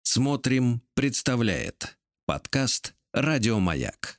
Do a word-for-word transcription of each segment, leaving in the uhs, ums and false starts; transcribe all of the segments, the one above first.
Смотрим, представляет подкаст «Радио Маяк».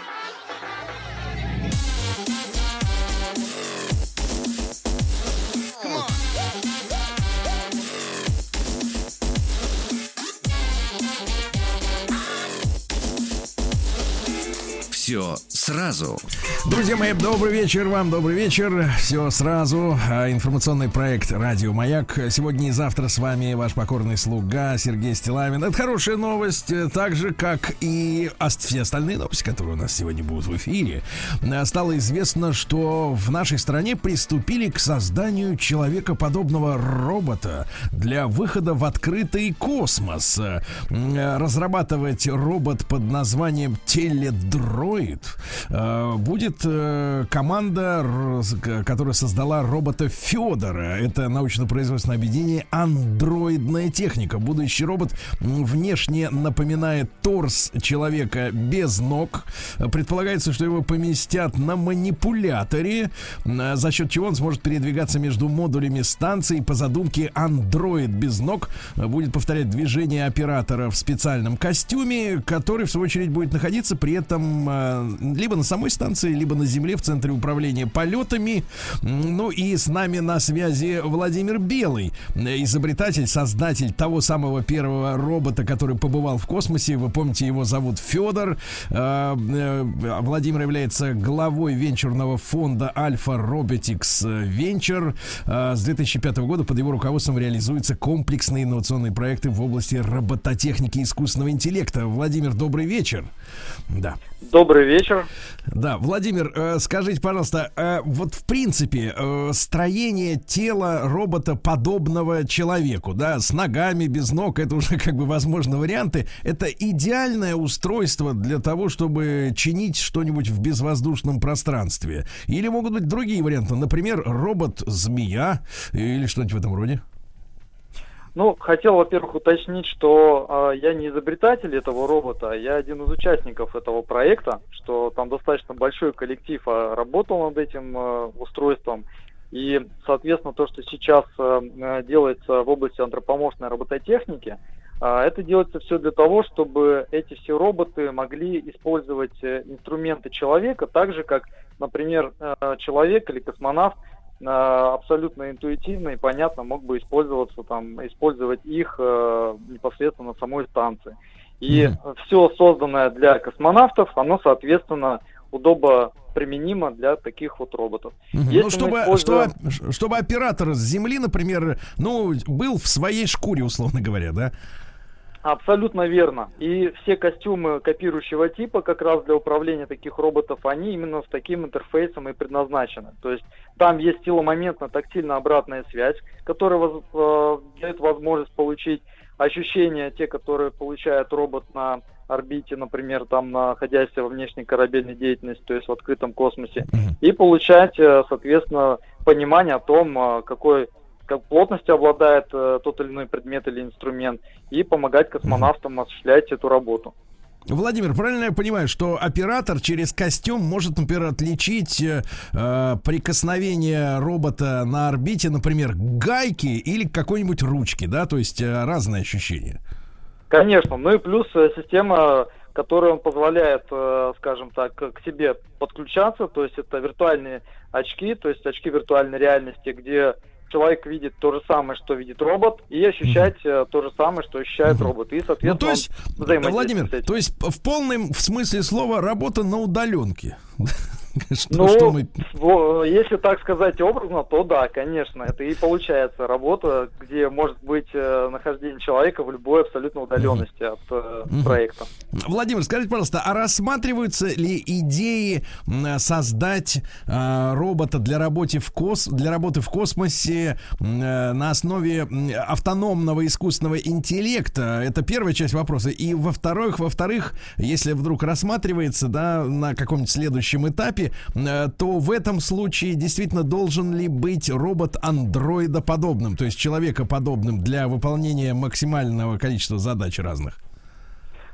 Все сразу. Друзья мои, добрый вечер вам, добрый вечер. Все сразу. Информационный проект «Радио Маяк». Сегодня и завтра с вами ваш покорный слуга Сергей Стиллавин. Это хорошая новость, так же, как и все остальные новости, которые у нас сегодня будут в эфире. Стало известно, что в нашей стране приступили к созданию человекоподобного робота для выхода в открытый космос. Разрабатывать робот под названием «Теледроид» будет команда, которая создала робота Федора. Это научно-производственное объединение «Андроидная техника». Будущий робот внешне напоминает торс человека без ног. Предполагается, что его поместят на манипуляторе, за счет чего он сможет передвигаться между модулями станции. По задумке, андроид без ног будет повторять движения оператора в специальном костюме, который, в свою очередь, будет находиться при этом либо на самой станции, либо на земле в центре управления полетами. Ну и с нами на связи Владимир Белый, изобретатель, создатель того самого первого робота, который побывал в космосе. Вы помните, его зовут Федор. Владимир является главой венчурного фонда Alpha Robotics Venture. С две тысячи пятого года под его руководством реализуются комплексные инновационные проекты в области робототехники и искусственного интеллекта. Владимир, добрый вечер. Да. Добрый вечер. Да, Владимир, э, скажите, пожалуйста, э, вот в принципе э, строение тела робота, подобного человеку, да, с ногами, без ног, это уже как бы возможно варианты, это идеальное устройство для того, чтобы чинить что-нибудь в безвоздушном пространстве? Или могут быть другие варианты, например, робот-змея или что-нибудь в этом роде? Ну, хотел, во-первых, уточнить, что э, я не изобретатель этого робота, я один из участников этого проекта, что там достаточно большой коллектив э, работал над этим э, устройством. И, соответственно, то, что сейчас э, делается в области антропоморфной робототехники, э, это делается все для того, чтобы эти все роботы могли использовать э, инструменты человека, так же, как, например, э, человек или космонавт абсолютно интуитивно и понятно мог бы использоваться там, использовать их э, непосредственно на самой станции. И mm-hmm. все созданное для космонавтов, оно, соответственно, удобно применимо для таких вот роботов. Mm-hmm. Ну, чтобы, используем... чтобы, чтобы оператор с Земли, например, ну, был в своей шкуре, условно говоря, да? Абсолютно верно. И все костюмы копирующего типа, как раз для управления таких роботов, они именно с таким интерфейсом и предназначены. То есть там есть силомоментно-тактильно обратная связь, которая воз, э, дает возможность получить ощущения, те, которые получает робот на орбите, например, там находясь во внешней корабельной деятельности, то есть в открытом космосе, и получать, э, соответственно, понимание о том, э, какой как плотностью обладает э, тот или иной предмет или инструмент, и помогать космонавтам осуществлять эту работу. Владимир, правильно я понимаю, что оператор через костюм может, например, отличить э, прикосновение робота на орбите, например, к гайке или к какой-нибудь ручке, да, то есть э, разные ощущения? Конечно, ну и плюс э, система, которая позволяет, э, скажем так, к себе подключаться, то есть это виртуальные очки, то есть очки виртуальной реальности, где человек видит то же самое, что видит робот, и ощущать uh-huh. то же самое, что ощущает uh-huh. робот. И, соответственно, ну, то есть, Владимир, то есть в полном в смысле слова работа на удаленке. Что, ну, что мы... если так сказать образно, то да, конечно, это и получается работа, где может быть э, нахождение человека в любой абсолютно удаленности uh-huh. от э, uh-huh. проекта. Владимир, скажите, пожалуйста, а рассматриваются ли идеи э, создать э, робота для, работы в кос... для работы в космосе э, на основе автономного искусственного интеллекта? Это первая часть вопроса. И во-вторых, во-вторых, если вдруг рассматривается, да, на каком-нибудь следующем этапе, то в этом случае действительно должен ли быть робот андроидоподобным, то есть человекоподобным для выполнения максимального количества задач разных?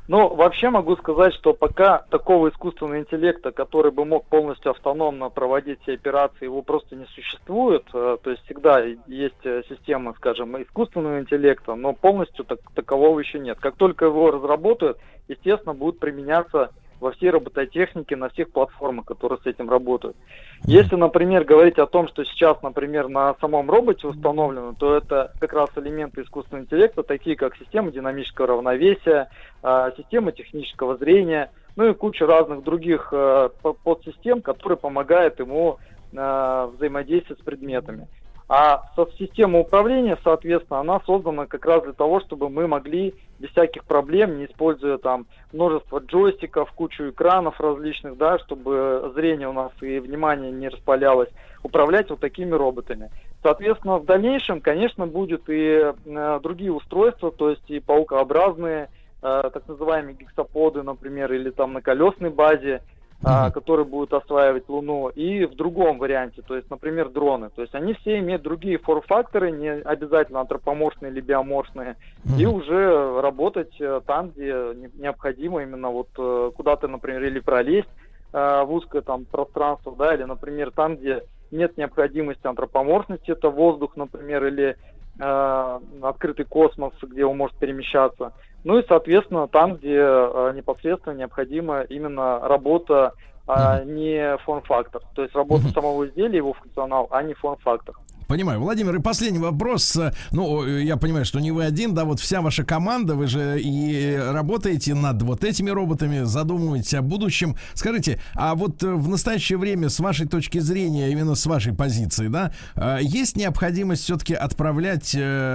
Ну, вообще могу сказать, что пока такого искусственного интеллекта, который бы мог полностью автономно проводить все операции, его просто не существует. То есть всегда есть система, скажем, искусственного интеллекта, но полностью так, такового еще нет. Как только его разработают, естественно, будут применяться во всей робототехнике, на всех платформах, которые с этим работают. Если, например, говорить о том, что сейчас, например, на самом роботе установлено, то это как раз элементы искусственного интеллекта, такие как система динамического равновесия, система технического зрения, ну и куча разных других подсистем, которые помогают ему взаимодействовать с предметами. А система управления, соответственно, она создана как раз для того, чтобы мы могли без всяких проблем, не используя там множество джойстиков, кучу экранов различных, да, чтобы зрение у нас и внимание не распалялось, управлять вот такими роботами. Соответственно, в дальнейшем, конечно, будут и э, другие устройства, то есть и паукообразные, э, так называемые гексаподы, например, или там на колесной базе, Uh-huh. которые будут осваивать Луну, и в другом варианте, то есть, например, дроны. То есть они все имеют другие форм-факторы, не обязательно антропоморфные или биоморфные, uh-huh. и уже работать там, где необходимо именно вот куда-то, например, или пролезть э, в узкое там пространство, да, или, например, там, где нет необходимости антропоморфности, это воздух, например, или э, открытый космос, где он может перемещаться. Ну и, соответственно, там, где э, непосредственно необходима именно работа, а не форм-фактор. То есть работа самого изделия, его функционал, а не форм-фактор. Понимаю. Владимир, и последний вопрос. Ну, я понимаю, что не вы один, да, вот вся ваша команда, вы же и работаете над вот этими роботами, задумываетесь о будущем. Скажите, а вот в настоящее время, с вашей точки зрения, именно с вашей позиции, да, есть необходимость все-таки отправлять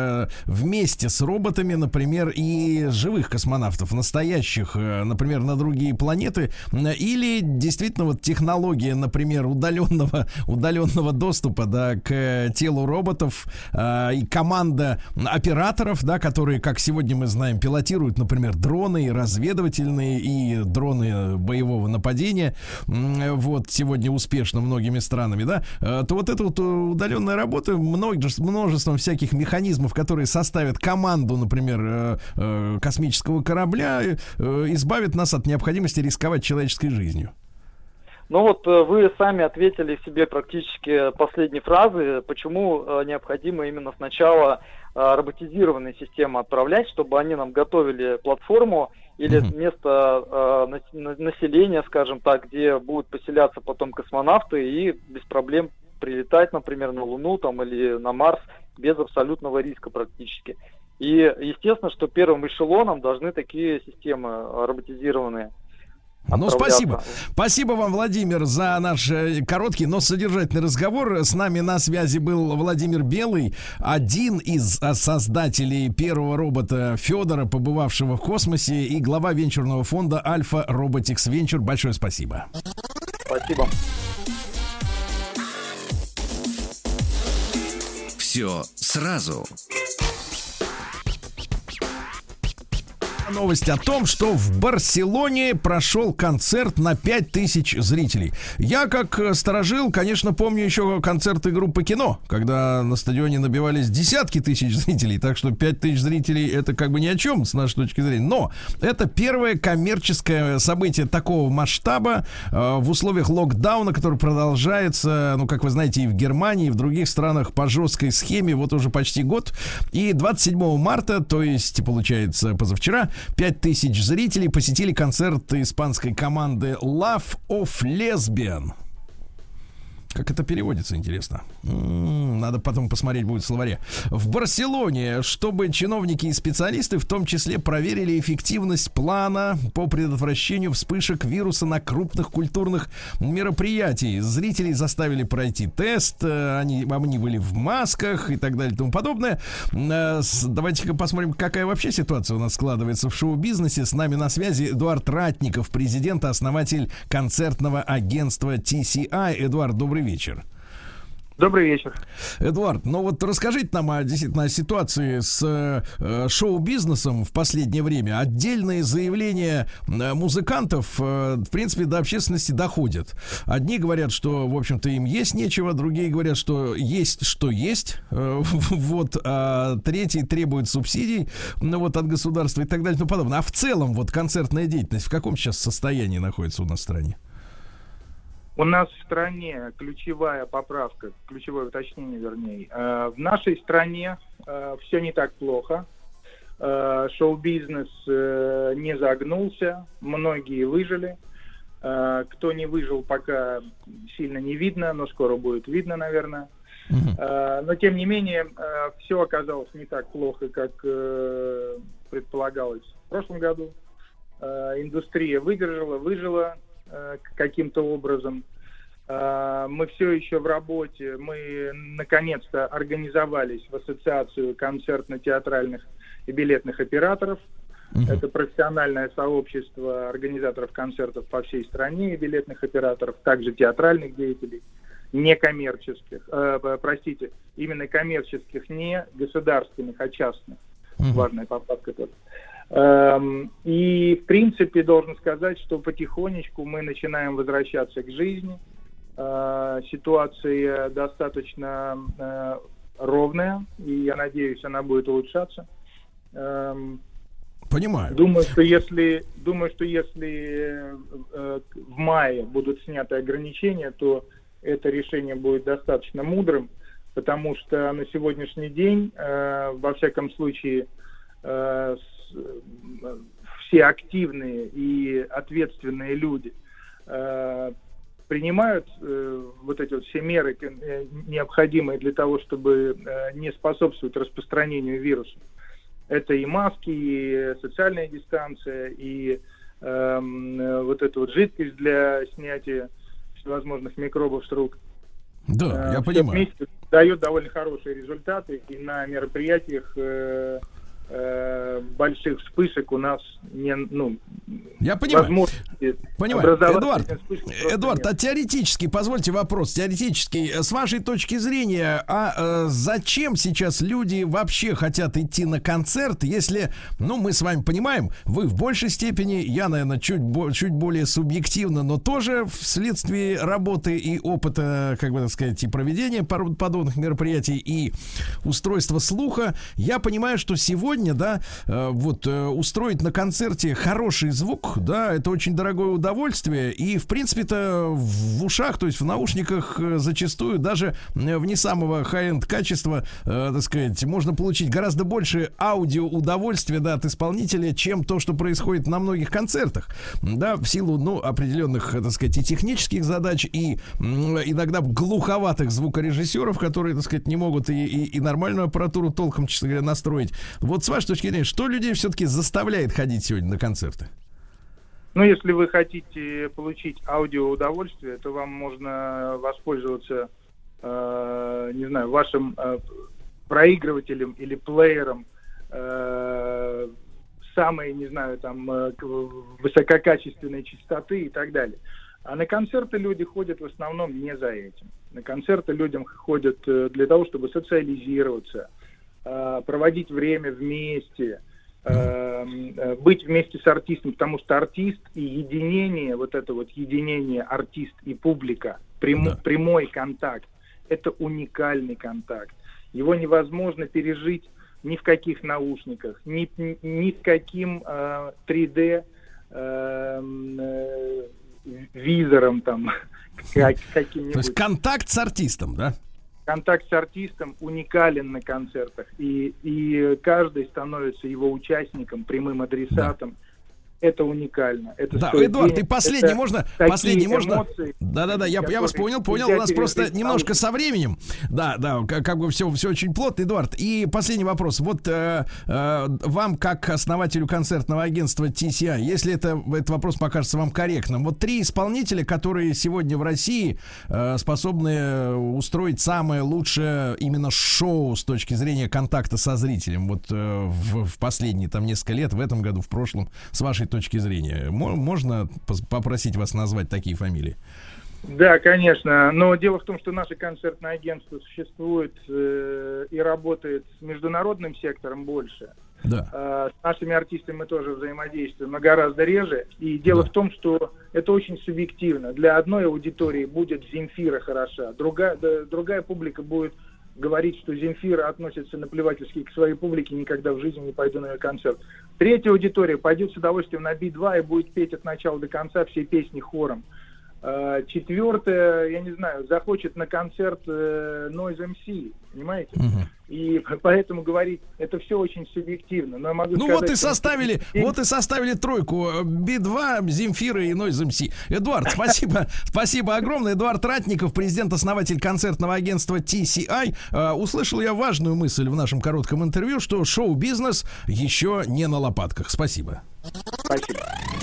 вместе с роботами, например, и живых космонавтов, настоящих, например, на другие планеты, или действительно вот технология, например, удаленного, удаленного доступа, да, к телу роботов э, и команда операторов, да, которые, как сегодня мы знаем, пилотируют, например, дроны и разведывательные, и дроны боевого нападения, вот, сегодня успешно многими странами, да, э, то вот эта вот удаленная работа множеством, множеством всяких механизмов, которые составят команду, например, э, э, космического корабля, э, избавит нас от необходимости рисковать человеческой жизнью. Ну вот вы сами ответили себе практически последней фразы, почему необходимо именно сначала роботизированные системы отправлять, чтобы они нам готовили платформу или mm-hmm. место населения, скажем так, где будут поселяться потом космонавты и без проблем прилетать, например, на Луну там, или на Марс без абсолютного риска практически. И естественно, что первым эшелоном должны такие системы роботизированные. Ну, спасибо. Спасибо вам, Владимир, за наш короткий, но содержательный разговор. С нами на связи был Владимир Белый, один из создателей первого робота Федора, побывавшего в космосе, и глава венчурного фонда Alpha Robotics Venture. Большое спасибо. Спасибо. Все сразу. Новость о том, что в Барселоне прошел концерт на пять тысяч зрителей. Я, как старожил, конечно, помню еще концерты группы «Кино», когда на стадионе набивались десятки тысяч зрителей, так что пять тысяч зрителей — это как бы ни о чем с нашей точки зрения. Но это первое коммерческое событие такого масштаба э, в условиях локдауна, который продолжается, ну, как вы знаете, и в Германии, и в других странах по жесткой схеме вот уже почти год. И двадцать седьмого марта, то есть, получается, позавчера, пять тысяч зрителей посетили концерт испанской команды Love of Lesbian. Как это переводится, интересно? М-м, надо потом посмотреть будет в словаре. В Барселоне, чтобы чиновники и специалисты в том числе проверили эффективность плана по предотвращению вспышек вируса на крупных культурных мероприятиях. Зрителей заставили пройти тест, они, они были в масках и так далее и тому подобное. Давайте-ка посмотрим, какая вообще ситуация у нас складывается в шоу-бизнесе. С нами на связи Эдуард Ратников, президент и основатель концертного агентства ти си ай. Эдуард, добрый вечер. Добрый вечер. Эдуард, ну вот расскажите нам о, действительно, о ситуации с э, шоу-бизнесом в последнее время. Отдельные заявления э, музыкантов, э, в принципе, до общественности доходят. Одни говорят, что, в общем-то, им есть нечего, другие говорят, что есть, что есть. Э, вот, а третьи требуют субсидий, ну, вот, от государства и так далее и тому подобное. А в целом, вот, концертная деятельность в каком сейчас состоянии находится у нас в стране? У нас в стране ключевая поправка, ключевое уточнение, вернее. Э, в нашей стране э, все не так плохо. Э, шоу-бизнес э, не загнулся, многие выжили. Э, кто не выжил, пока сильно не видно, но скоро будет видно, наверное. Mm-hmm. Э, но, тем не менее, э, все оказалось не так плохо, как э, предполагалось в прошлом году. Э, индустрия выдержала, выжила каким-то образом. Мы все еще в работе. Мы наконец-то организовались в ассоциацию концертно-театральных и билетных операторов. Uh-huh. Это профессиональное сообщество организаторов концертов по всей стране и билетных операторов, также театральных деятелей, некоммерческих, э, простите, именно коммерческих, не государственных, а частных. Uh-huh. Важная поправка тоже. И, в принципе, должен сказать, что потихонечку мы начинаем возвращаться к жизни. Ситуация достаточно ровная, и, я надеюсь, она будет улучшаться. Понимаю. Думаю, что если, думаю, что если в мае будут сняты ограничения, то это решение будет достаточно мудрым, потому что на сегодняшний день, во всяком случае, все активные и ответственные люди э, принимают э, вот эти вот все меры, э, необходимые для того, чтобы э, не способствовать распространению вируса. Это и маски, и социальная дистанция, и э, вот эта вот жидкость для снятия всевозможных микробов с рук. Да, э, я все понимаю. вместе дает довольно хорошие результаты, и на мероприятиях э, больших вспышек у нас не, ну, я понимаю. Понимаю. Эдуард, Эдуард, а теоретически, позвольте вопрос, теоретически, с вашей точки зрения, а э, зачем сейчас люди вообще хотят идти на концерт, если, ну, мы с вами понимаем, вы в большей степени, я, наверное, чуть, чуть более субъективно, но тоже вследствие работы и опыта, как бы так сказать, и проведения подобных мероприятий, и устройства слуха, я понимаю, что сегодня Сегодня, да, э, вот э, устроить на концерте хороший звук, да, это очень дорогое удовольствие, и в принципе-то в ушах, то есть в наушниках э, зачастую даже в не самого хай-энд качества, э, так сказать, можно получить гораздо больше аудио удовольствия, да, от исполнителя, чем то, что происходит на многих концертах, да, в силу, ну, определенных, так сказать, и технических задач, и м, иногда глуховатых звукорежиссеров, которые, так сказать, не могут и, и, и нормальную аппаратуру толком, честно говоря, настроить. Вот с вашей точки зрения, что людей все-таки заставляет ходить сегодня на концерты? Ну, если вы хотите получить аудиоудовольствие, то вам можно воспользоваться, э, не знаю, вашим э, проигрывателем или плеером э, самой, не знаю, там, э, высококачественной частоты и так далее. А на концерты люди ходят в основном не за этим. На концерты людям ходят э, для того, чтобы социализироваться, проводить время вместе, э, быть вместе с артистом, потому что артист и единение, вот это вот единение артист и публика, прям, да. прямой контакт, это уникальный контакт. Его невозможно пережить ни в каких наушниках, ни, ни с каким э, три дэ э, э, визором там, как, каким-нибудь. То есть контакт с артистом, да? Контакт с артистом уникален на концертах, и, и каждый становится его участником, прямым адресатом. Да. Это уникально. Это да, Эдуард, и последний можно, последний можно. Да-да-да, я, я вас понял, понял. У нас просто немножко со временем. Да, да, как, как бы все, все очень плотно, Эдуард. И последний вопрос. Вот э, э, вам, как основателю концертного агентства ти си ай, если это, этот вопрос покажется вам корректным, вот три исполнителя, которые сегодня в России э, способны устроить самое лучшее именно шоу с точки зрения контакта со зрителем, вот э, в, в последние там несколько лет, в этом году, в прошлом, с вашей точки зрения. Можно попросить вас назвать такие фамилии? Да, конечно. Но дело в том, что наше концертное агентство существует э, и работает с международным сектором больше. Да. Э, с нашими артистами мы тоже взаимодействуем, но гораздо реже. И дело Да. в том, что это очень субъективно. Для одной аудитории будет Земфира хороша, другая, да, другая публика будет говорить, что Земфира относится наплевательски к своей публике, никогда в жизни не пойду на ее концерт. Третья аудитория пойдет с удовольствием на би два и будет петь от начала до конца все песни хором. Четвертое, я не знаю, захочет на концерт э, Noise эм си, понимаете? Угу. И поэтому говорить, это все очень субъективно. Но я могу ну сказать, вот и составили, что... вот и составили тройку: би два, Земфира и Noise эм си. Эдуард, спасибо, спасибо огромное. Эдуард Ратников, президент-основатель концертного агентства ти си ай. Услышал я важную мысль в нашем коротком интервью, что шоу-бизнес еще не на лопатках. Спасибо. Спасибо.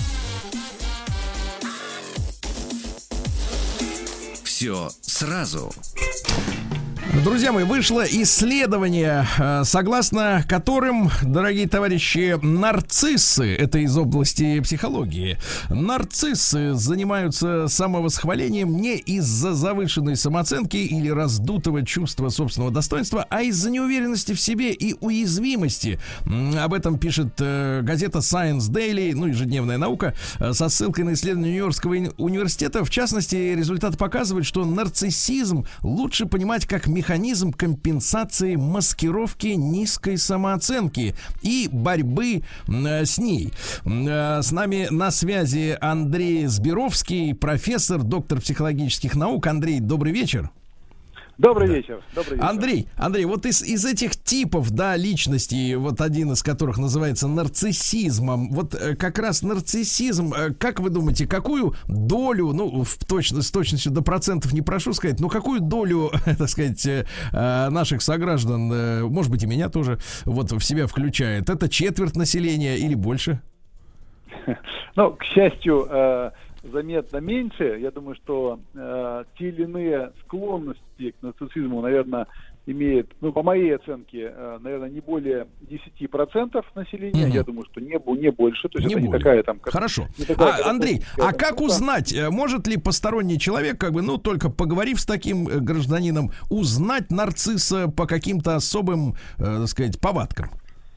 Все сразу. Друзья мои, вышло исследование, согласно которым, дорогие товарищи, нарциссы, это из области психологии, нарциссы занимаются самовосхвалением не из-за завышенной самооценки или раздутого чувства собственного достоинства, а из-за неуверенности в себе и уязвимости. Об этом пишет газета Science Daily, ну, ежедневная наука, со ссылкой на исследование Нью-Йоркского университета. В частности, результаты показывают, что нарциссизм лучше понимать как механизм компенсации маскировки низкой самооценки и борьбы э, с ней. Э, с нами на связи Андрей Збировский, профессор, доктор психологических наук. Андрей, добрый вечер. Добрый да. вечер. Добрый вечер. Андрей, Андрей, вот из, из этих типов, да, личностей, вот один из которых называется нарциссизмом, вот э, как раз нарциссизм, э, как вы думаете, какую долю, ну, в точно, с точностью до процентов не прошу сказать, но какую долю, так сказать, э, наших сограждан, э, может быть, и меня тоже, вот в себя включает? Это четверть населения или больше? Ну, к счастью, э, заметно меньше. Я думаю, что э, те или иные склонности к нарциссизму, наверное, имеет, ну, по моей оценке, э, наверное, не более десять процентов населения. Mm-hmm. Я думаю, что не, не больше. То есть не это более. не такая там... Как, Хорошо. такая, а, Андрей, а как штука. узнать, может ли посторонний человек, как бы, ну, только поговорив с таким гражданином, узнать нарцисса по каким-то особым, э, так сказать, повадкам?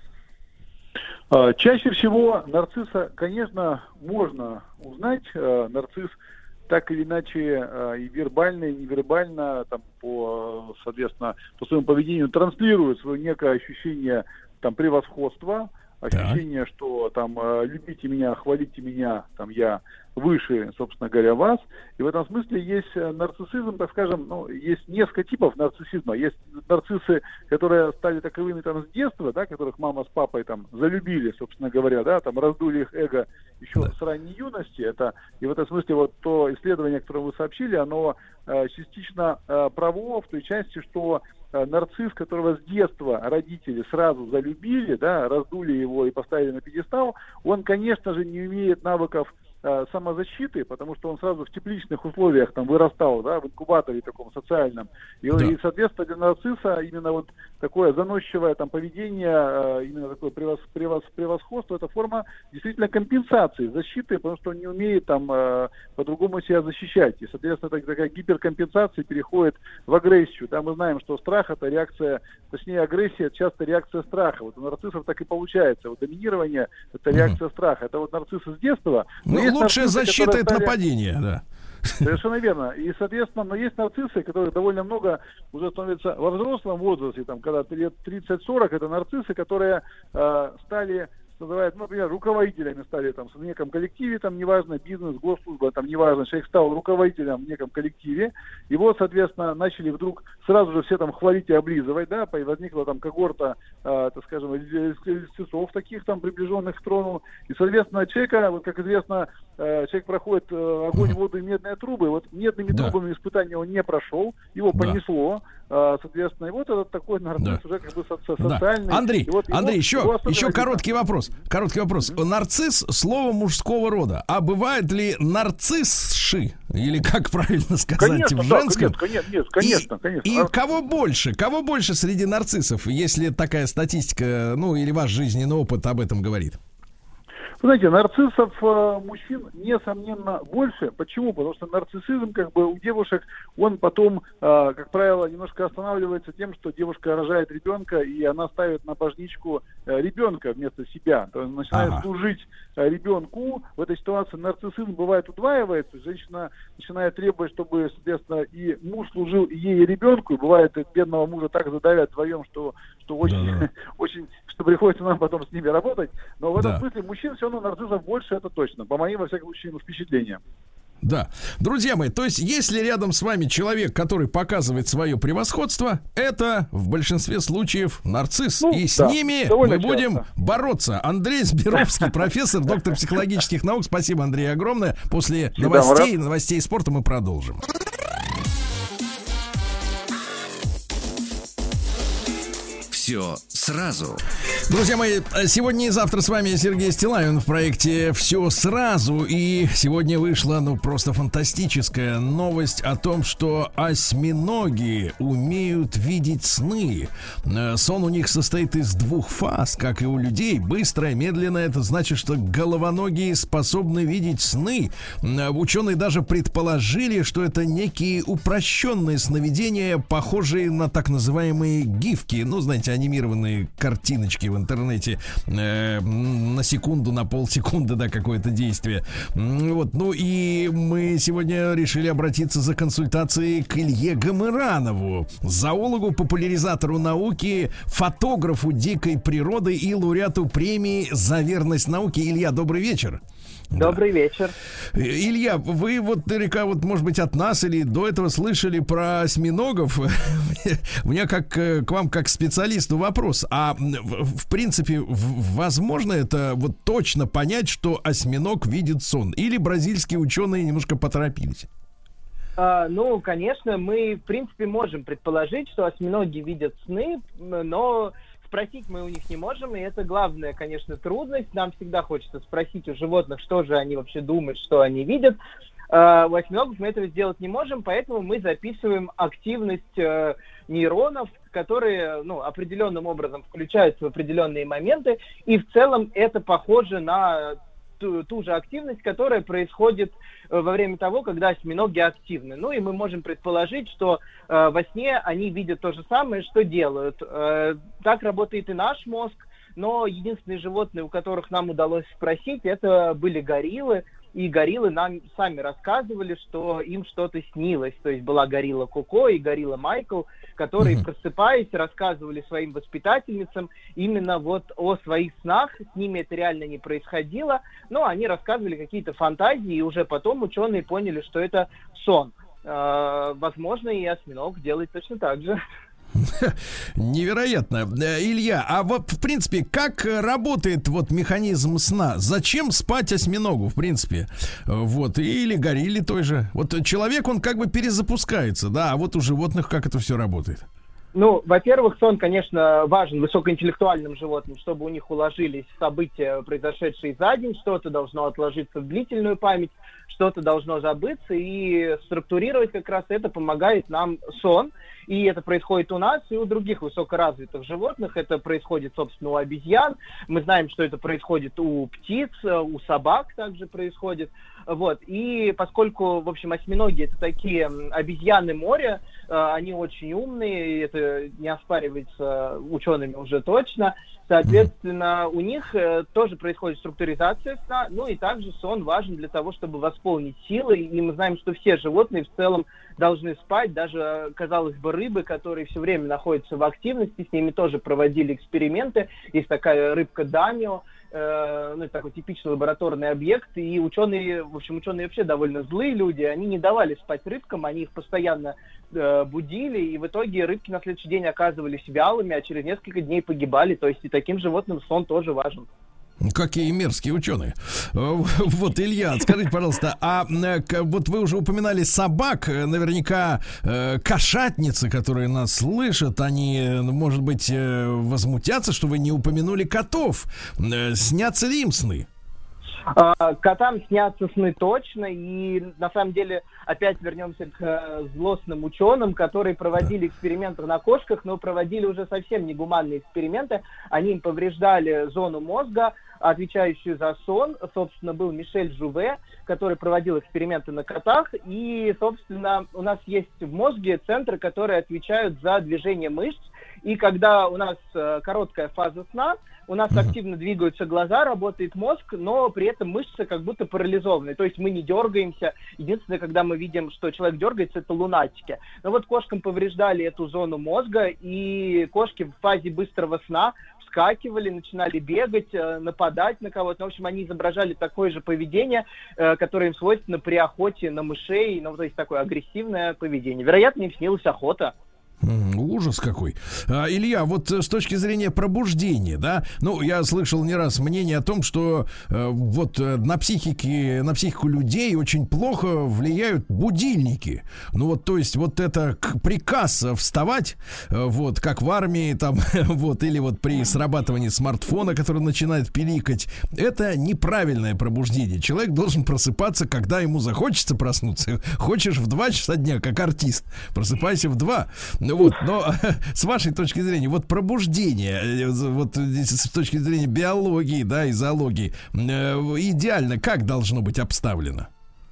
Чаще всего нарцисса, конечно, можно узнать. Нарцисс так или иначе и вербально, и невербально, там, по, соответственно, по своему поведению транслирует свое некое ощущение там, превосходства, ощущение, так. что там любите меня, хвалите меня, там я выше, собственно говоря, вас. И в этом смысле есть нарциссизм, так скажем, ну, есть несколько типов нарциссизма. Есть нарциссы, которые стали таковыми там с детства, да, которых мама с папой там залюбили, собственно говоря, да, там раздули их эго еще да. с ранней юности. Это, и в этом смысле вот то исследование, которое вы сообщили, оно э, частично э, право в той части, что э, нарцисс, которого с детства родители сразу залюбили, да, раздули его и поставили на пьедестал, он, конечно же, не имеет навыков самозащиты, потому что он сразу в тепличных условиях там вырастал, да, в инкубаторе таком социальном. И, да. и соответственно, для нарцисса именно вот такое заносчивое там поведение, именно такое превос, превос, превосходство, это форма действительно компенсации, защиты, потому что он не умеет там по-другому себя защищать. И, соответственно, такая гиперкомпенсация переходит в агрессию. Да, мы знаем, что страх — это реакция, точнее, агрессия — это часто реакция страха. Вот у нарциссов так и получается. Вот доминирование — это реакция mm-hmm. страха. Это вот нарциссы с детства. Ну, лучшая защита — это стали... нападение, да. Совершенно верно. И, соответственно, но есть нарциссы, которые довольно много уже становятся во взрослом возрасте, там, когда лет тридцать-сорок, это нарциссы, которые э, стали, называют, например, руководителями стали там в неком коллективе, там, неважно, бизнес, госслужба, там, неважно, человек стал руководителем в неком коллективе, и вот, соответственно, начали вдруг сразу же все там хвалить и облизывать, да, возникла там когорта, э, так скажем, льстецов таких там приближенных к трону, и, соответственно, человека, вот, как известно, э, человек проходит э, огонь, воду и медные трубы, вот медными да. трубами испытания он не прошел, его да. понесло, э, соответственно, и вот этот такой нарцисс да. уже как бы со- со- социальный. Да. Андрей, вот, Андрей, его, еще, его еще короткий вопрос. Короткий вопрос. Mm-hmm. Нарцисс — слово мужского рода. А бывают ли нарциссши? Или как правильно сказать? Конечно, в женском? Да, конечно, нет, конечно, и, конечно. И кого больше? Кого больше среди нарциссов, если такая статистика, ну, или ваш жизненный опыт об этом говорит? Знаете, нарциссов э, мужчин, несомненно, больше. Почему? Потому что нарциссизм, как бы, у девушек, он потом, э, как правило, немножко останавливается тем, что девушка рожает ребенка, и она ставит на божничку э, ребенка вместо себя. То есть начинает ага. служить э, ребенку. В этой ситуации нарциссизм, бывает, удваивается. Женщина начинает требовать, чтобы, соответственно, и муж служил и ей, и ребенку. И бывает, бедного мужа так задавят вдвоем, что, что очень, да. очень, что приходится нам потом с ними работать. Но в этом да. смысле мужчин все равно нарциссов больше, это точно. По моим, во всяком случае, впечатлениям. Да. Друзья мои, то есть, если рядом с вами человек, который показывает свое превосходство, это в большинстве случаев нарцисс. Ну, и с да, ними мы будем часто. бороться. Андрей Сберовский, профессор, доктор психологических наук. Спасибо, Андрей, огромное. После новостей, новостей спорта мы продолжим. Все сразу. Друзья мои, сегодня и завтра с вами Сергей Стиллавин в проекте «Все сразу». И сегодня вышла, ну, просто фантастическая новость о том, что осьминоги умеют видеть сны. Сон у них состоит из двух фаз, как и у людей. Быстрое, медленное. Это значит, что головоногие способны видеть сны. Ученые даже предположили, что это некие упрощенные сновидения, похожие на так называемые гифки. Ну, знаете, анимированные картиночки в интернете э, на секунду, на полсекунды, да, какое-то действие. Вот, ну и мы сегодня решили обратиться за консультацией к Илье Гамыранову, зоологу, популяризатору науки, фотографу дикой природы и лауреату премии за верность науке. Илья, добрый вечер. Добрый да. вечер. Илья, вы вот наверняка, вот, может быть, от нас или до этого слышали про осьминогов. У меня как к вам, как специалисту, вопрос. А в, в принципе, в, возможно это вот точно понять, что осьминог видит сон? Или бразильские ученые немножко поторопились? А, ну, конечно, мы, в принципе, можем предположить, что осьминоги видят сны, но... Спросить мы у них не можем, и это главная, конечно, трудность. Нам всегда хочется спросить у животных, что же они вообще думают, что они видят. Uh, у осьминогов мы этого сделать не можем, поэтому мы записываем активность uh, нейронов, которые, ну, определенным образом включаются в определенные моменты, и в целом это похоже на ту, ту же активность, которая происходит uh, во время того, когда осьминоги активны. Ну и мы можем предположить, что uh, во сне они видят то же самое, что делают. Uh, так работает и наш мозг, но единственные животные, у которых нам удалось спросить, это были гориллы. И гориллы нам сами рассказывали, что им что-то снилось. То есть была горилла Коко и горилла Майкл, которые, mm-hmm. просыпаясь, рассказывали своим воспитательницам именно вот о своих снах. С ними это реально не происходило, но они рассказывали какие-то фантазии, и уже потом ученые поняли, что это сон. Э-э- возможно, и осьминог делает точно так же. Невероятно. Илья, а вот в принципе, как работает вот механизм сна? Зачем спать осьминогу, в принципе? Вот, или горилле той же. Вот человек, он как бы перезапускается, да, а вот у животных как это все работает? Ну, во-первых, сон, конечно, важен высокоинтеллектуальным животным, чтобы у них уложились события, произошедшие за день, что-то должно отложиться в длительную память, что-то должно забыться, и структурировать как раз это помогает нам сон. И это происходит у нас и у других высокоразвитых животных. Это происходит, собственно, у обезьян. Мы знаем, что это происходит у птиц, у собак также происходит. Вот. И поскольку, в общем, осьминоги — это такие обезьяны моря, они очень умные, и это не оспаривается учеными уже точно. Соответственно, у них тоже происходит структуризация сна, ну и также сон важен для того, чтобы восполнить силы. И мы знаем, что все животные в целом должны спать, даже, казалось бы, рыбы, которые все время находятся в активности, с ними тоже проводили эксперименты. Есть такая рыбка Данио, э, ну, это такой типичный лабораторный объект, и ученые, в общем, ученые вообще довольно злые люди, они не давали спать рыбкам, они их постоянно э, будили, и в итоге рыбки на следующий день оказывались вялыми, а через несколько дней погибали, то есть и таким животным сон тоже важен. Какие мерзкие ученые. Вот, Илья, скажите, пожалуйста, а вот вы уже упоминали собак, наверняка кошатницы, которые нас слышат, они, может быть, возмутятся, что вы не упомянули котов. Снятся ли им сны? Котам снятся сны точно, и на самом деле опять вернемся к злостным ученым, которые проводили эксперименты на кошках, но проводили уже совсем негуманные эксперименты. Они им повреждали зону мозга, отвечающую за сон, собственно, был Мишель Жуве, который проводил эксперименты на котах. И, собственно, у нас есть в мозге центры, которые отвечают за движение мышц. И когда у нас э, короткая фаза сна, у нас активно двигаются глаза, работает мозг, но при этом мышцы как будто парализованы. То есть мы не дергаемся. Единственное, когда мы видим, что человек дергается, это лунатики. Но вот кошкам повреждали эту зону мозга, и кошки в фазе быстрого сна вскакивали, начинали бегать, нападать на кого-то. В общем, они изображали такое же поведение, которое им свойственно при охоте на мышей, ну, то есть такое агрессивное поведение. Вероятно, им снилась охота. Ужас какой. А, Илья, вот с точки зрения пробуждения, да, ну, я слышал не раз мнение о том, что э, вот на психики, на психику людей очень плохо влияют будильники. Ну, вот, то есть, вот это приказ вставать, э, вот, как в армии, там, вот, или вот при срабатывании смартфона, который начинает пиликать, это неправильное пробуждение. Человек должен просыпаться, когда ему захочется проснуться. Хочешь в два часа дня, как артист, просыпайся в два. Вот, но с вашей точки зрения, вот пробуждение, вот с точки зрения биологии, да, и зоологии, идеально как должно быть обставлено?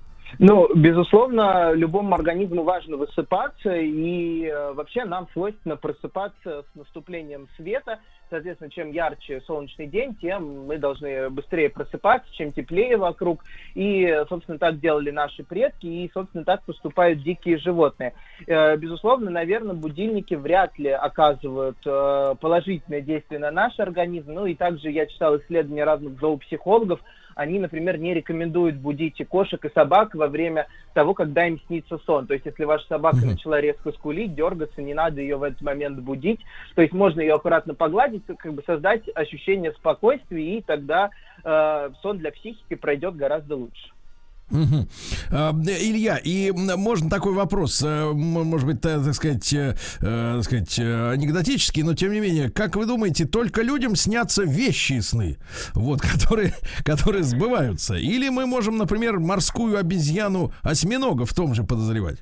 Ну, безусловно, любому организму важно высыпаться, и э, вообще нам свойственно просыпаться с наступлением света. Соответственно, чем ярче солнечный день, тем мы должны быстрее просыпаться, чем теплее вокруг. И, собственно, так делали наши предки, и, собственно, так поступают дикие животные. Э, безусловно, наверное, будильники вряд ли оказывают э, положительное действие на наш организм. Ну и также я читал исследования разных зоопсихологов. Они, например, не рекомендуют будить и кошек, и собак во время того, когда им снится сон. То есть, если ваша собака mm-hmm. начала резко скулить, дергаться, не надо ее в этот момент будить. То есть, можно ее аккуратно погладить, как бы создать ощущение спокойствия, и тогда э, сон для психики пройдет гораздо лучше. Угу. А, Илья, и можно такой вопрос, может быть, так, так сказать, э, так сказать, анекдотический, но тем не менее, как вы думаете, только людям снятся вещие сны, вот, которые, которые сбываются? Или мы можем, например, морскую обезьяну осьминога в том же подозревать?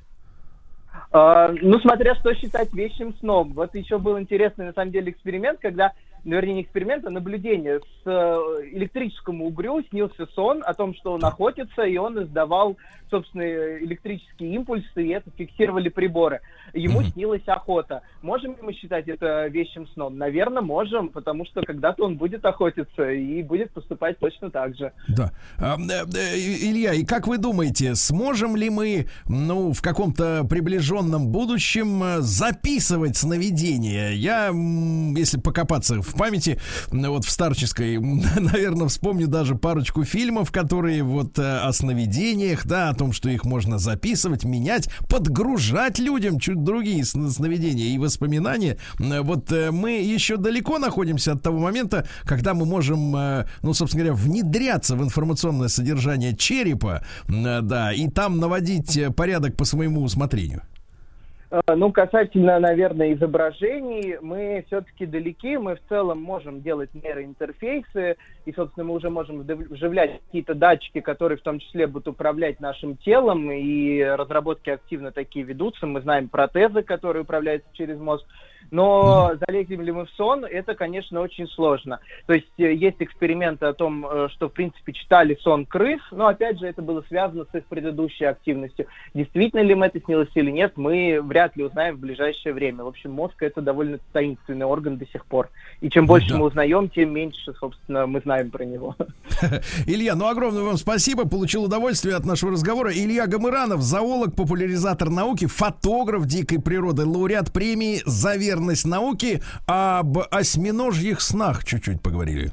Uh, ну, смотря что считать вещим сном. Вот еще был интересный, на самом деле, эксперимент, когда, ну, вернее, не эксперимент, а наблюдение. С э, электрическому угрю снился сон о том, что он охотится, и он издавал, собственно, электрические импульсы, и это фиксировали приборы. Ему mm-hmm. снилась охота. Можем ли мы считать это вещим сном? Наверное, можем, потому что когда-то он будет охотиться и будет поступать точно так же. Да. А, Илья, и как вы думаете, сможем ли мы, ну, в каком-то приближенном будущем записывать сновидения? Я, если покопаться в памяти, вот в старческой, наверное, вспомню даже парочку фильмов, которые вот о сновидениях, да, о том, что их можно записывать, менять, подгружать людям чуть другие сновидения и воспоминания. Вот мы еще далеко находимся от того момента, когда мы можем, ну, собственно говоря, внедряться в информационное содержание черепа, да, и там наводить порядок по своему усмотрению. Ну, касательно, наверное, изображений, мы все-таки далеки, мы в целом можем делать нейроинтерфейсы, и, собственно, мы уже можем вживлять какие-то датчики, которые в том числе будут управлять нашим телом, и разработки активно такие ведутся, мы знаем протезы, которые управляются через мозг. Но залезем ли мы в сон, это, конечно, очень сложно. То есть есть эксперименты о том, что, в принципе, читали сон крыс, но, опять же, это было связано с их предыдущей активностью. Действительно ли им это снилось или нет, мы вряд ли узнаем в ближайшее время. В общем, мозг — это довольно таинственный орган до сих пор. И чем больше да. мы узнаем, тем меньше, собственно, мы знаем про него. Илья, ну, огромное вам спасибо. Получил удовольствие от нашего разговора. Илья Гамыранов, зоолог, популяризатор науки, фотограф дикой природы, лауреат премии «За верность науки». Об осьминожьих снах чуть-чуть поговорили.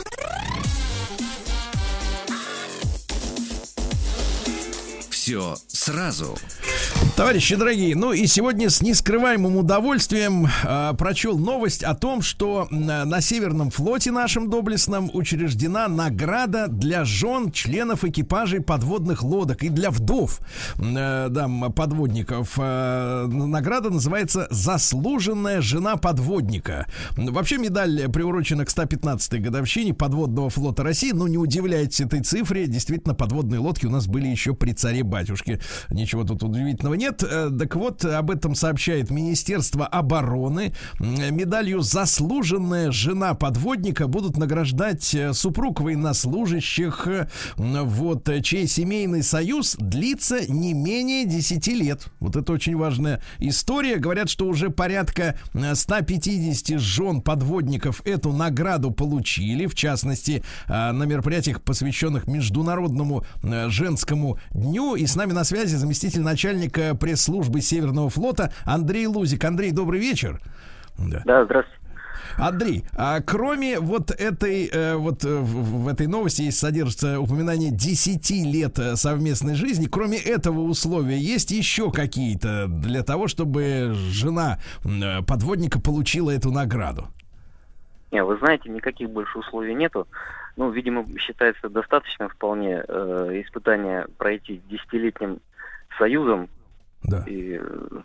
Все сразу. Товарищи дорогие, ну и сегодня с нескрываемым удовольствием э, прочел новость о том, что э, на Северном флоте нашем доблестном учреждена награда для жен членов экипажей подводных лодок и для вдов э, да, подводников. Э, награда называется «Заслуженная жена подводника». Вообще медаль приурочена к сто пятнадцатой годовщине подводного флота России. Ну, не удивляйтесь этой цифре. Действительно, подводные лодки у нас были еще при царе-батюшке. Ничего тут удивительного нет. нет? Так вот, об этом сообщает Министерство обороны. Медалью «Заслуженная жена подводника» будут награждать супруг военнослужащих, вот, чей семейный союз длится не менее десяти лет. Вот это очень важная история. Говорят, что уже порядка ста пятидесяти жен подводников эту награду получили. В частности, на мероприятиях, посвященных Международному женскому дню. И с нами на связи заместитель начальника пресс-службы Северного флота Андрей Лузик. Андрей, добрый вечер. Да, да, здравствуйте. Андрей, а кроме вот этой, э, вот в, в этой новости содержится упоминание десяти лет совместной жизни, кроме этого условия есть еще какие-то для того, чтобы жена э, подводника получила эту награду? Не, вы знаете, никаких больше условий нету. Ну, видимо, считается достаточно вполне э, испытания пройти десятилетним союзом. Да. И,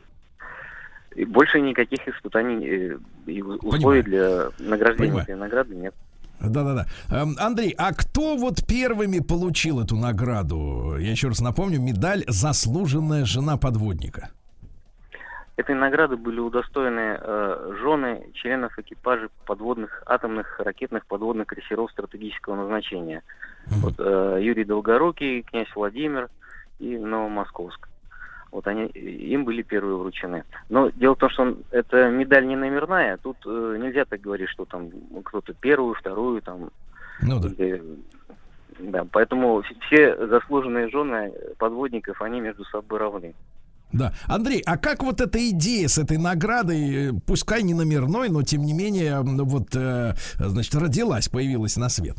и больше никаких испытаний и условий Понимаю. для награждения Понимаю. этой награды нет. Да-да-да. Андрей, а кто вот первыми получил эту награду? Я еще раз напомню, медаль «Заслуженная жена подводника». Этой награды были удостоены э, жены членов экипажей подводных атомных ракетных подводных крейсеров стратегического назначения. Mm-hmm. Вот, э, Юрий Долгорукий, князь Владимир и Новомосковск. Вот они, им были первые вручены. Но дело в том, что он, эта медаль не номерная. Тут э, нельзя так говорить, что там кто-то первую, вторую там. Ну да. Или, да. Поэтому все заслуженные жены подводников, они между собой равны. Да. Андрей, а как вот эта идея с этой наградой, пускай не номерной, но тем не менее, вот, э, значит, родилась, появилась на свет?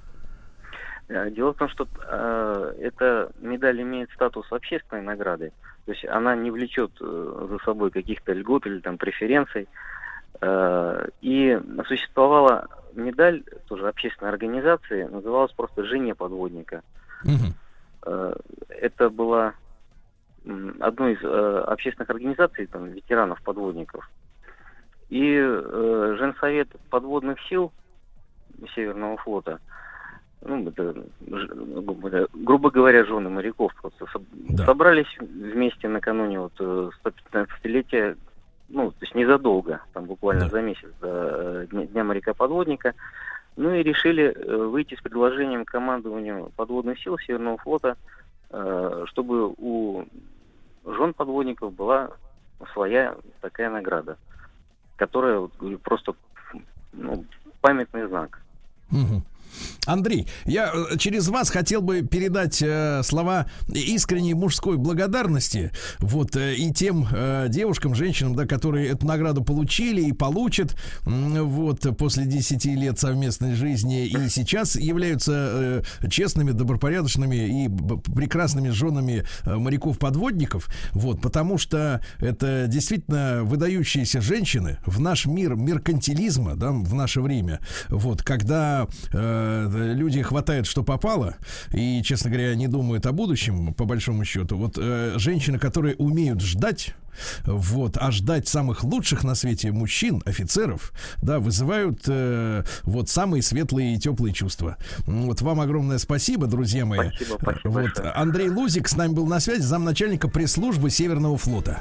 Дело в том, что э, эта медаль имеет статус общественной награды. То есть она не влечет э, за собой каких-то льгот или там преференций. Э, и существовала медаль тоже общественной организации, называлась просто «Жене подводника». Угу. Э, это была одной из э, общественных организаций, там, ветеранов-подводников. И э, Женсовет подводных сил Северного флота, ну, это, грубо говоря, жены моряков просто да. собрались вместе накануне вот сто пятнадцатилетия, ну, то есть незадолго, там буквально да. за месяц до Дня, Дня моряка-подводника, ну и решили выйти с предложением к командованию подводных сил Северного флота, чтобы у жен подводников была своя такая награда, которая просто ну, памятный знак. Угу. Андрей, я через вас хотел бы передать э, слова искренней мужской благодарности вот, э, и тем э, девушкам, женщинам, да, которые эту награду получили и получат э, вот, после десяти лет совместной жизни и сейчас являются э, честными, добропорядочными и б- прекрасными женами э, моряков-подводников, вот, потому что это действительно выдающиеся женщины в наш мир меркантилизма, да, в наше время, вот, когда э, люди хватает, что попало, и, честно говоря, не думают о будущем, по большому счету. Вот э, женщины, которые умеют ждать, вот, а ждать самых лучших на свете мужчин, офицеров, да, вызывают э, вот самые светлые и теплые чувства. Вот вам огромное спасибо, друзья мои. Спасибо, спасибо вот, большое. Андрей Лузик с нами был на связи, замначальника пресс-службы Северного флота.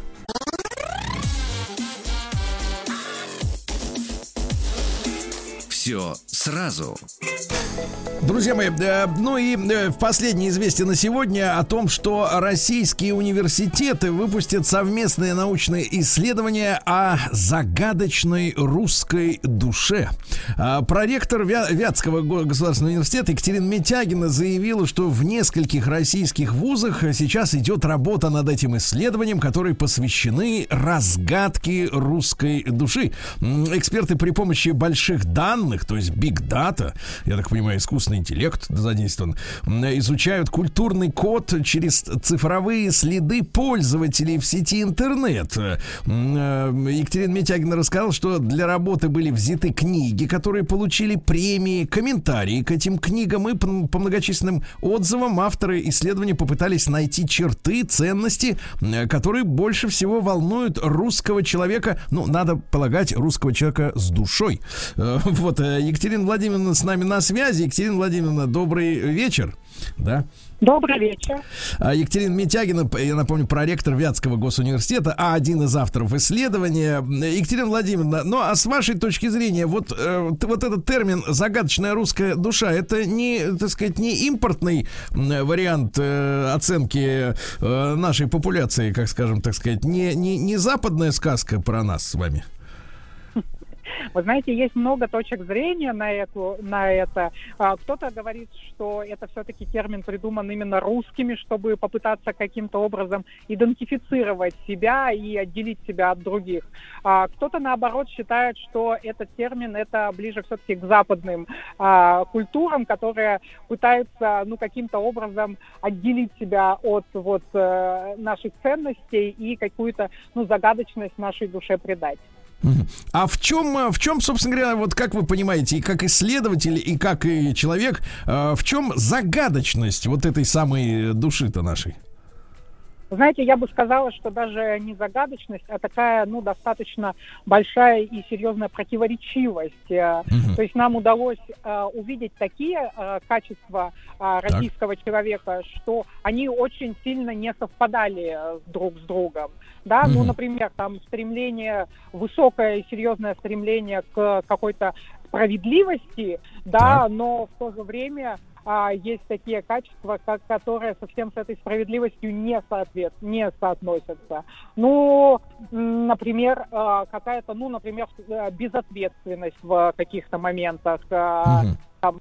Все сразу. Друзья мои, э, ну и э, последнее известие на сегодня о том, что российские университеты выпустят совместные научные исследования о загадочной русской душе. Э, проректор Вя- Вятского государственного университета Екатерина Митягина заявила, что в нескольких российских вузах сейчас идет работа над этим исследованием, которые посвящены разгадке русской души. Эксперты при помощи больших данных, то есть big data, я так понимаю, искусственный интеллект задействован, изучают культурный код через цифровые следы пользователей в сети интернет. Екатерина Митягина рассказала, что для работы были взяты книги, которые получили премии, комментарии к этим книгам, и по многочисленным отзывам авторы исследования попытались найти черты, ценности, которые больше всего волнуют русского человека, ну, надо полагать, русского человека с душой. Вот, Екатерина Владимировна с нами на связи. Екатерина Владимировна, добрый вечер. Да. Добрый вечер. Екатерина Митягина, я напомню, проректор Вятского госуниверситета, а один из авторов исследования. Екатерина Владимировна, ну а с вашей точки зрения, вот, э, вот этот термин «загадочная русская душа», это не, так сказать, не импортный вариант э, оценки э, нашей популяции, как скажем, так сказать, не, не, не западная сказка про нас с вами? Вы знаете, есть много точек зрения на, эту, на это. Кто-то говорит, что это все-таки термин придуман именно русскими, чтобы попытаться каким-то образом идентифицировать себя и отделить себя от других. Кто-то, наоборот, считает, что этот термин это ближе все-таки к западным культурам, которые пытаются ну, каким-то образом отделить себя от вот, наших ценностей и какую-то ну, загадочность нашей душе придать. А в чем, в чем, собственно говоря, вот как вы понимаете, и как исследователь, и как и человек, в чем загадочность вот этой самой души-то нашей? Знаете, я бы сказала, что даже не загадочность, а такая, ну, достаточно большая и серьезная противоречивость. Uh-huh. То есть нам удалось э, увидеть такие э, качества э, российского так. человека, что они очень сильно не совпадали э, друг с другом. Да, uh-huh. ну, например, там стремление, высокое и серьезное стремление к какой-то справедливости, да, так. но в то же время а, есть такие качества, как, которые совсем с этой справедливостью не, соответ, не соотносятся. Ну, например, а, какая-то, ну, например, безответственность в каких-то моментах, а, uh-huh. там,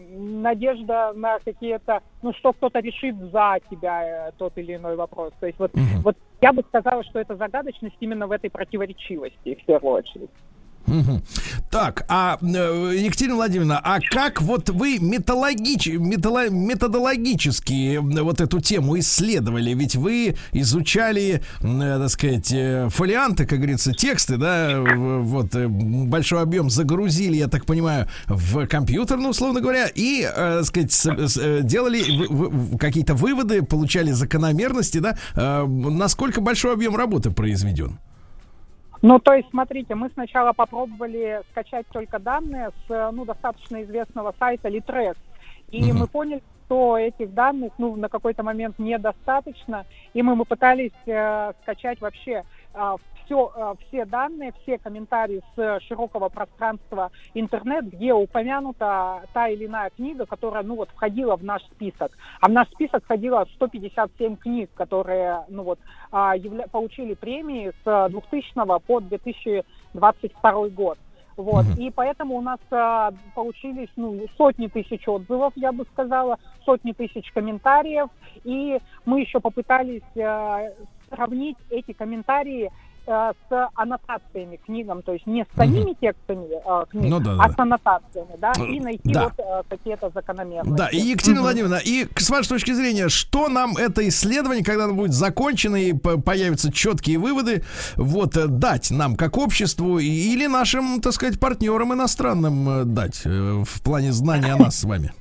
надежда на какие-то, ну, что кто-то решит за тебя тот или иной вопрос. То есть вот, uh-huh. вот я бы сказала, что это загадочность именно в этой противоречивости, в первую очередь. Угу. Так, а Екатерина Владимировна, а как вот вы методологич, метало, методологически вот эту тему исследовали? Ведь вы изучали, так сказать, фолианты, как говорится, тексты, да, вот большой объем загрузили, я так понимаю, в компьютер, ну, условно говоря, и, так сказать, делали какие-то выводы, получали закономерности, да? Насколько большой объем работы произведен? Ну, то есть, смотрите, мы сначала попробовали скачать только данные с, ну, достаточно известного сайта Litres, и mm-hmm. мы поняли, что этих данных, ну, на какой-то момент недостаточно, и мы, мы пытались э, скачать вообще э, все, э, все данные, все комментарии с широкого пространства интернет, где упомянута та или иная книга, которая, ну, вот, входила в наш список. А в наш список входило сто пятьдесят семь книг, которые, ну, вот, э, явля- получили премии с двухтысячного по две тысячи двадцать второй год. Вот. Mm-hmm. И поэтому у нас а, получились ну, сотни тысяч отзывов, я бы сказала, сотни тысяч комментариев. И мы еще попытались а, сравнить эти комментарии а, с аннотациями к книгам, то есть не с самими mm-hmm. текстами а, книг, ну, да, а да. с аннотациями, да, и найти да. вот а, какие-то закономерности. Да, и Екатерина mm-hmm. Владимировна, и с вашей точки зрения, что нам это исследование, когда оно будет закончено и появятся четкие выводы, вот, дать нам как обществу или нашим, так сказать, партнерам иностранным дать в плане знания о нас с вами?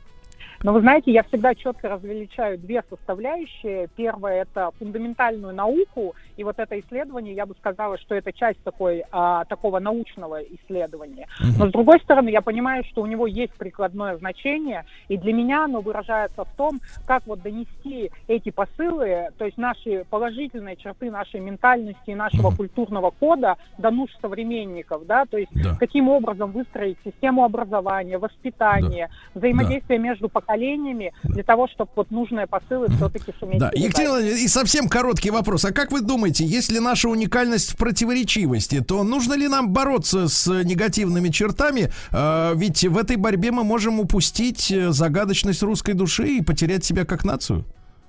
Но вы знаете, я всегда четко различаю две составляющие. Первое – это фундаментальную науку, и вот это исследование, я бы сказала, что это часть такой, а, такого научного исследования. Но с другой стороны, я понимаю, что у него есть прикладное значение, и для меня оно выражается в том, как вот донести эти посылы, то есть наши положительные черты нашей ментальности и нашего культурного кода до нужд современников, да, то есть да. каким образом выстроить систему образования, воспитания, да. взаимодействие да. между поколениями, поколениями для того, чтобы вот нужные посылы все-таки суметь. Да, Екатерина Владимировна, и совсем короткий вопрос. А как вы думаете, если наша уникальность в противоречивости, то нужно ли нам бороться с негативными чертами? А, ведь в этой борьбе мы можем упустить загадочность русской души и потерять себя как нацию.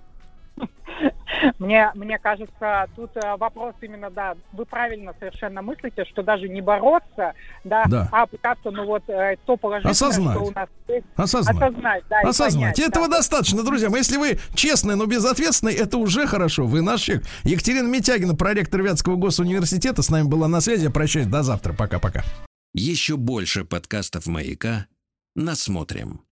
Мне, мне кажется, тут э, вопрос именно, да, вы правильно совершенно мыслите, что даже не бороться, да, да. а пытаться, ну вот, э, то положительное, осознать. что у нас есть, осознать, осознать, да, осознать. Понять, Этого да. достаточно, друзья мои. Если вы честный, но безответственный, это уже хорошо. Вы наш человек. Екатерина Митягина, проректор Вятского госуниверситета, с нами была на связи. Я прощаюсь, до завтра. Пока-пока. Еще больше подкастов «Маяка» насмотрим.